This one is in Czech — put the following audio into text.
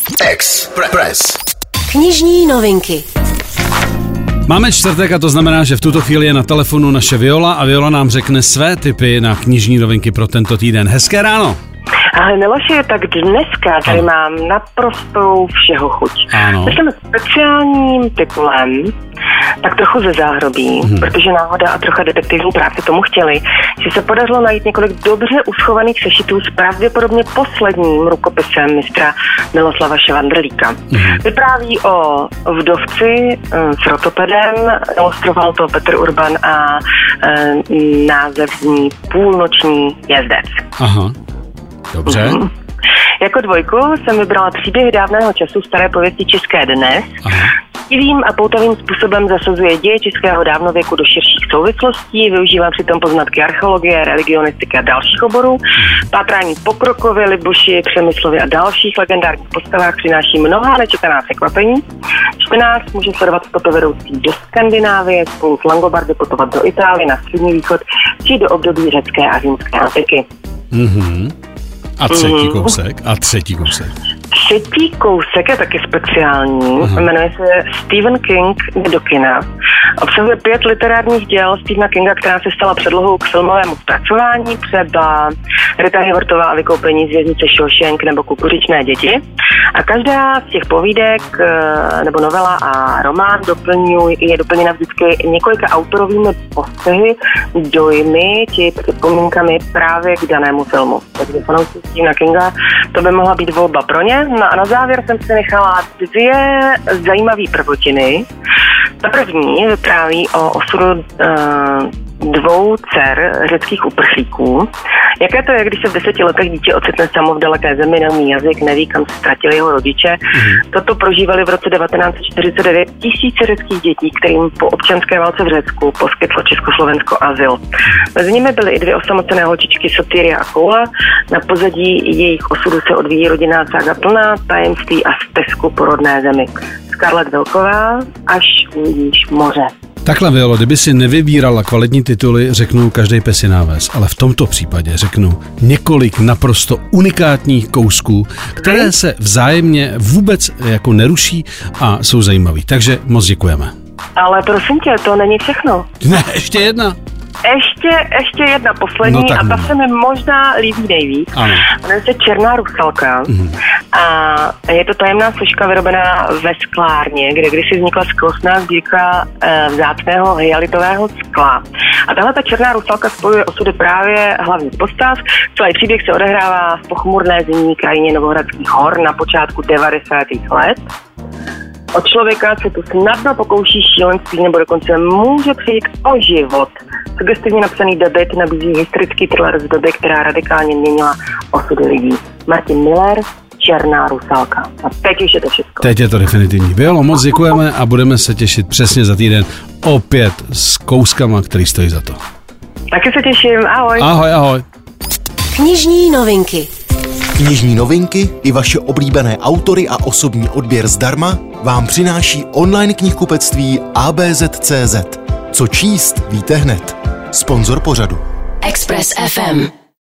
Express. Knižní novinky. Máme čtvrtek a to znamená, že v tuto chvíli je na telefonu naše Viola a Viola nám řekne své tipy na knižní novinky pro tento týden. Hezké ráno. Ale Miloši, tak dneska tady mám naprostou všeho chuť. Ano. Začneme speciálním titulem, tak trochu ze záhrobí, protože náhoda a trocha detektivní práce tomu chtěli, že se podařilo najít několik dobře uschovaných sešitů s pravděpodobně posledním rukopisem mistra Miloslava Švandrlíka. Vypráví o vdovci s rotopedem, ilustroval to Petr Urban a název zní Půlnoční jezdec. Aha. Dobře. Jako dvojku jsem vybrala příběh dávného času staré pověsti České dnes. Divým a poutavým způsobem zasazuje děje českého dávnověku do širších souvislostí, využívá přitom poznatky archeologie, religionistiky a dalších oborů. Pátrání po Krokově, Libuši, Přemyslově a dalších legendárních postavách přináší mnohá nečekaná překvapení. Čtenář může sledovat stopy vedoucí do Skandinávie, spolu s Langobardy putovat do Itálie, na Střední východ, či do období řecké a římské antiky. A třetí kousek? Třetí kousek je taky speciální, jmenuje se Stephen King do kina. Obsahuje 5 literárních děl Stephena Kinga, která se stala předlohou k filmovému zpracování, třeba Rita Hayworthová a vykoupení z věznice Shawshank nebo Kukuřičné děti. A každá z těch povídek nebo novela a román je doplněna vždycky několika autorovými postřehy, dojmy či připomínkami právě k danému filmu. Takže fanoušci Stephena Kinga, to by mohla být volba pro ně. No a na závěr jsem si nechala 2 zajímavé prvotiny. Ta první vypráví o osudu 2 dcer řeckých uprchlíků. Jaké to je, když se v 10 letech dítě ocitne samo v daleké zemi, neumí jazyk, neví, kam se ztratili jeho rodiče. Toto prožívali v roce 1949 tisíce řeckých dětí, kterým po občanské válce v Řecku poskytlo Československo azyl. Mezi nimi byly i 2 osamocené holčičky Sotyria a Koula. Na pozadí jejich osudu se odvíjí rodinná sága plná tajemství a stezku po rodné zemi. Scarlett Velková, Až uvidíš moře. Takhle, Violo, kdyby si nevybírala kvalitní tituly, řeknu každý pes je náves, ale v tomto případě řeknu několik naprosto unikátních kousků, které se vzájemně vůbec jako neruší a jsou zajímavý. Takže moc děkujeme. Ale prosím tě, to není všechno. Ne, ještě jedna. Ještě jedna poslední, no, a ta se mi možná líbí nejvíc. Jmenuje se Černá rusalka. A je to tajemná složka vyrobená ve sklárně, kde kdysi vznikla skvostná sbírka vzácného hyalitového skla. A tahle ta Černá rusalka spojuje osudy právě hlavní postav. Celý příběh se odehrává v pochmurné zimní krajině Novohradských hor na počátku 90. let. Od člověka se tu snadno pokouší šílenství nebo dokonce může přijít o život. Sugestivně napsaný debut nabízí historický thriller z doby, která radikálně měnila osudy lidí. Martin Miller, Černá rusalka. A teď už je to všechno. Teď je to definitivní. Violo, moc děkujeme a budeme se těšit přesně za týden opět s kouskama, který stojí za to. Taky se těším. Ahoj. Ahoj. Knižní novinky. Knižní novinky i vaše oblíbené autory a osobní odběr zdarma vám přináší online knihkupectví ABZ.cz. Co číst, víte hned. Sponzor pořadu. Express FM.